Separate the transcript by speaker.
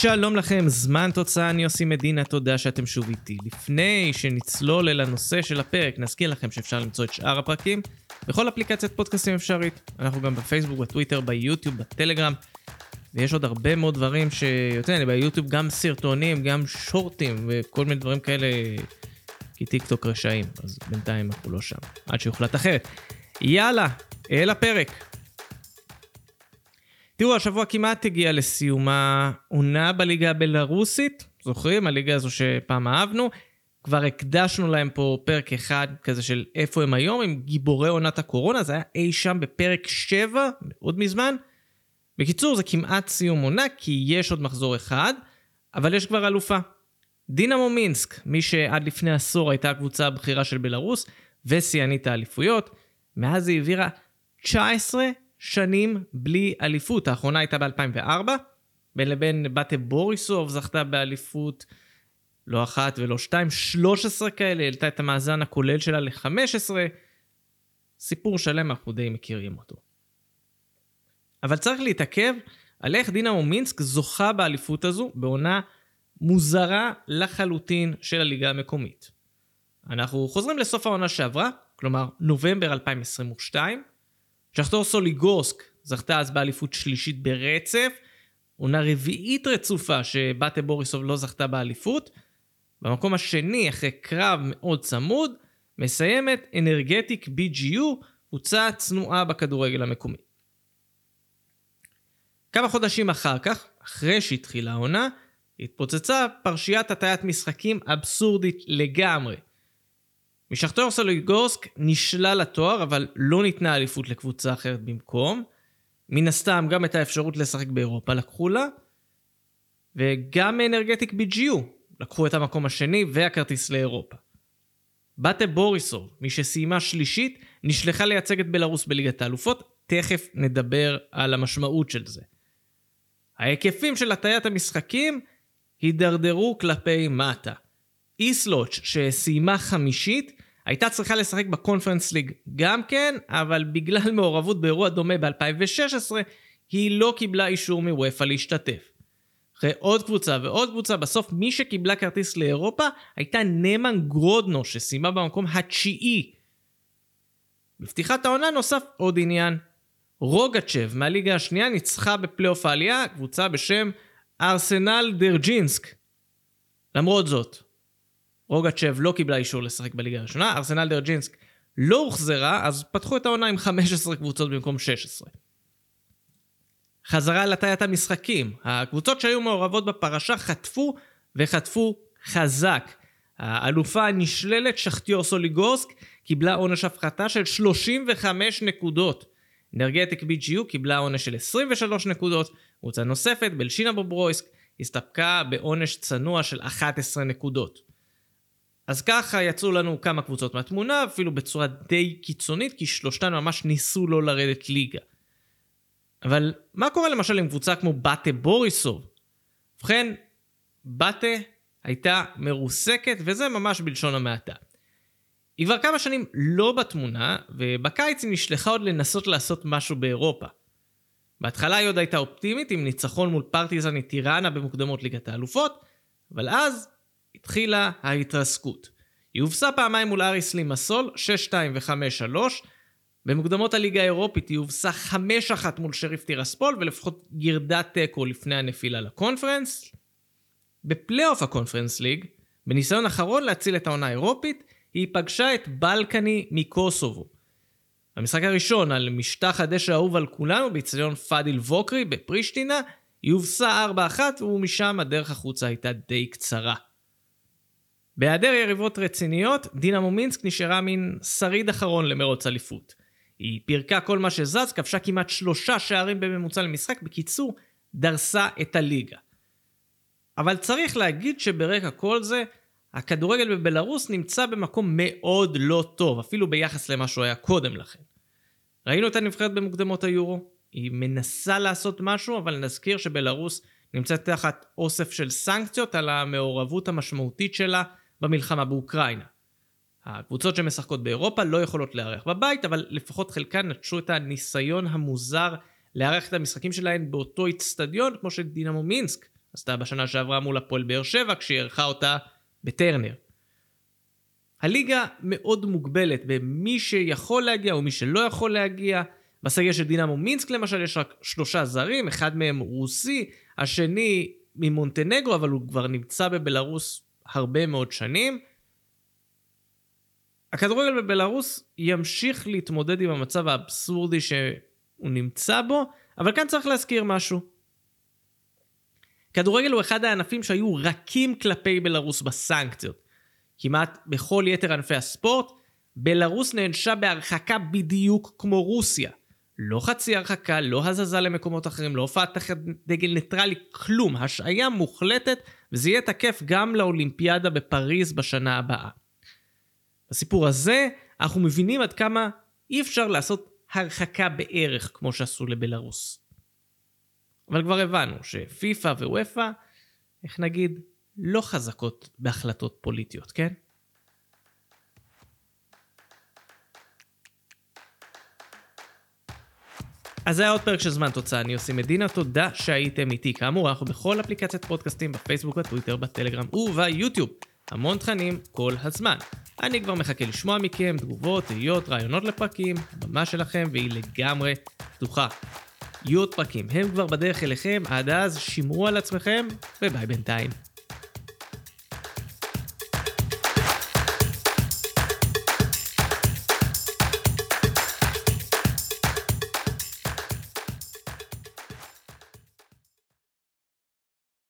Speaker 1: שלום לכם, זמן תוצאה, אני יוסי מדינה, תודה שאתם שוב איתי. לפני שנצלול אל הנושא של הפרק, נזכיר לכם שאפשר למצוא את שאר הפרקים בכל אפליקציית פודקאסטים אפשרית. אנחנו גם בפייסבוק, בטוויטר, ביוטיוב, בטלגרם, ויש עוד הרבה מאוד דברים שיותר, ביוטיוב גם סרטונים, גם שורטים וכל מיני דברים כאלה, כי טיקטוק רשעים, אז בינתיים אנחנו לא שם, עד שיוחלט אחרת. יאללה, אל הפרק. תראו, השבוע כמעט הגיע לסיומה עונה בליגה הבלרוסית, זוכרים? הליגה הזו שפעם אהבנו, כבר הקדשנו להם פה פרק אחד כזה של איפה הם היום, עם גיבורי עונת הקורונה, זה היה אי שם בפרק 7, עוד מזמן. בקיצור, זה כמעט סיום עונה, כי יש עוד מחזור אחד, אבל יש כבר אלופה. דינמו מינסק, מי שעד לפני עשור הייתה הקבוצה הבכירה של בלרוס, ושיאנית האליפויות, מאז היא העבירה 19 שנים בלי אליפות. האחרונה הייתה ב-2004, בין לבין באטה בוריסוב זכתה באליפות, לא אחת ולא שתיים, 13 כאלה, העלתה את המאזן הכולל שלה ל-15, סיפור שלם, אנחנו די מכירים אותו. אבל צריך להתעכב על איך דינמו מינסק זוכה באליפות הזו, בעונה מוזרה לחלוטין של הליגה המקומית. אנחנו חוזרים לסוף העונה שעברה, כלומר נובמבר 2022, שחטור סוליגורסק זכתה אז באליפות שלישית ברצף, עונה רביעית רצופה שבאטה בוריסוב לא זכתה באליפות, במקום השני אחרי קרב מאוד צמוד, מסיימת אנרגטיק BGU, קבוצה צנועה בכדורגל המקומי. כמה חודשים אחר כך, אחרי שהתחילה העונה, התפוצצה פרשיית הטיית משחקים אבסורדית לגמרי. משחטור סוליגורסק נשלל התואר, אבל לא ניתנה אליפות לקבוצה אחרת במקום. מן הסתם גם את האפשרות לשחק באירופה לקחו לה, וגם אנרגטיק BGU לקחו את המקום השני והכרטיס לאירופה. באטה בוריסוב, מי שסיימה שלישית, נשלחה לייצג את בלרוס בליגת האלופות, תכף נדבר על המשמעות של זה. ההיקפים של הטיית המשחקים הידרדרו כלפי מטה. איסלוץ' שסיימה חמישית, הייתה צריכה לשחק בקונפרנס ליג גם כן, אבל בגלל מעורבות באירוע דומה ב-2016, היא לא קיבלה אישור מוופא להשתתף. אחרי עוד קבוצה ועוד קבוצה, בסוף מי שקיבלה כרטיס לאירופה, הייתה נאמן גרודנו, שסיימה במקום התשיעי. בפתיחת העונה נוסף עוד עניין. רוגצ'ב מהליגה השנייה ניצחה בפלייאוף העלייה, קבוצה בשם ארסנל דרג'ינסק. למרות זאת, רוגצ'ב לא קיבלה אישור לשחק בליגה הראשונה, ארסנל דרג'ינסק לא הוחזרה, אז פתחו את העונה עם 15 קבוצות במקום 16. חזרה לטיית המשחקים, הקבוצות שהיו מעורבות בפרשה חטפו וחטפו חזק. האלופה הנשללת שחטיור סוליגורסק קיבלה עונש הפחתה של 35 נקודות. אנרגטיק BGU קיבלה עונש של 23 נקודות, קבוצה נוספת, בלשינה בוברויסק, הסתפקה בעונש צנוע של 11 נקודות. אז ככה יצאו לנו כמה קבוצות מהתמונה, אפילו בצורה די קיצונית, כי שלושתן ממש ניסו לא לרדת ליגה. אבל מה קורה למשל עם קבוצה כמו באטה בוריסוב? ובכן, באטה הייתה מרוסקת, וזה ממש בלשון המעטה. היא כבר כמה שנים לא בתמונה, ובקיץ היא נשלחה עוד לנסות לעשות משהו באירופה. בהתחלה היא עוד הייתה אופטימית עם ניצחון מול פרטיזן טיראנה במוקדמות ליגת האלופות, אבל אז התחילה ההתרסקות. היא הובסה פעמיים מול אריס לימסול, 6-2 ו-5-3, במוקדמות הליגה האירופית היא הובסה 5-1 מול שריף טירספול, ולפחות גירדת טקו לפני הנפילה לקונפרנס. בפלייאוף הקונפרנס ליג, בניסיון אחרון להציל את העונה האירופית, היא פגשה את בלקני מקוסובו. במשחק הראשון על משטח הדשא האהוב על כולנו, באצטדיון פאדיל ווקרי בפרישטינה, היא הובסה 4-1 ומשם הדרך החוצה הייתה די קצרה. בהיעדר יריבות רציניות, דינמו מינסק נשארה מין שריד אחרון למרוץ אליפות. היא פירקה כל מה שזז, כבשה כמעט 3 שערים בממוצע למשחק, בקיצור, דרסה את הליגה. אבל צריך להגיד שברקע כל זה, הכדורגל בבלרוס נמצא במקום מאוד לא טוב, אפילו ביחס למה שהוא היה קודם לכן. ראינו את הנבחרת במוקדמות היורו, היא מנסה לעשות משהו, אבל נזכיר שבלרוס נמצאת תחת אוסף של סנקציות על המעורבות המשמעותית שלה במלחמה באוקראינה. הקבוצות שמשחקות באירופה לא יכולות לארח בבית, אבל לפחות חלקן נטשו את הניסיון המוזר לארח את המשחקים שלהן באותו אצטדיון, כמו שדינמו מינסק עשתה בשנה שעברה מול הפועל באר שבע, כשהיא ערכה אותה בטרנר. הליגה מאוד מוגבלת במי שיכול להגיע ומי שלא יכול להגיע. בסגל של דינמו מינסק למשל יש רק 3 זרים, אחד מהם רוסי, השני ממונטנגרו, אבל הוא כבר נמצא בבלרוס הרבה מאוד שנים. הכדורגל בבלרוס ימשיך להתמודד עם המצב האבסורדי שהוא נמצא בו, אבל כאן צריך להזכיר משהו. כדורגל הוא אחד הענפים שהיו רכים כלפי בלרוס בסנקציות. כמעט בכל יתר ענפי הספורט, בלרוס נענשה בהרחקה בדיוק כמו רוסיה. לא חצי הרחקה, לא הזזה למקומות אחרים, לא הופעת תחת דגל ניטרלי, כלום. השעיה מוחלטת, וזה יהיה תקף גם לאולימפיאדה בפריז בשנה הבאה. בסיפור הזה, אנחנו מבינים עד כמה אי אפשר לעשות הרחקה בערך כמו שעשו לבלרוס. אבל כבר הבנו שפיפה ווופא, איך נגיד, לא חזקות בהחלטות פוליטיות, כן? אז זה היה עוד פרק של זמן תוצאה, אני עושה מדינה, תודה שהייתם איתי. כאמור, אנחנו בכל אפליקציית פודקאסטים, בפייסבוק, בטוויטר, בטלגרם וביוטיוב. המון תכנים כל הזמן. אני כבר מחכה לשמוע מכם תגובות, תהיות, רעיונות לפרקים, הבמה שלכם והיא לגמרי פתוחה. יהיו עוד פרקים, הם כבר בדרך אליכם, עד אז שמרו על עצמכם וביי בינתיים.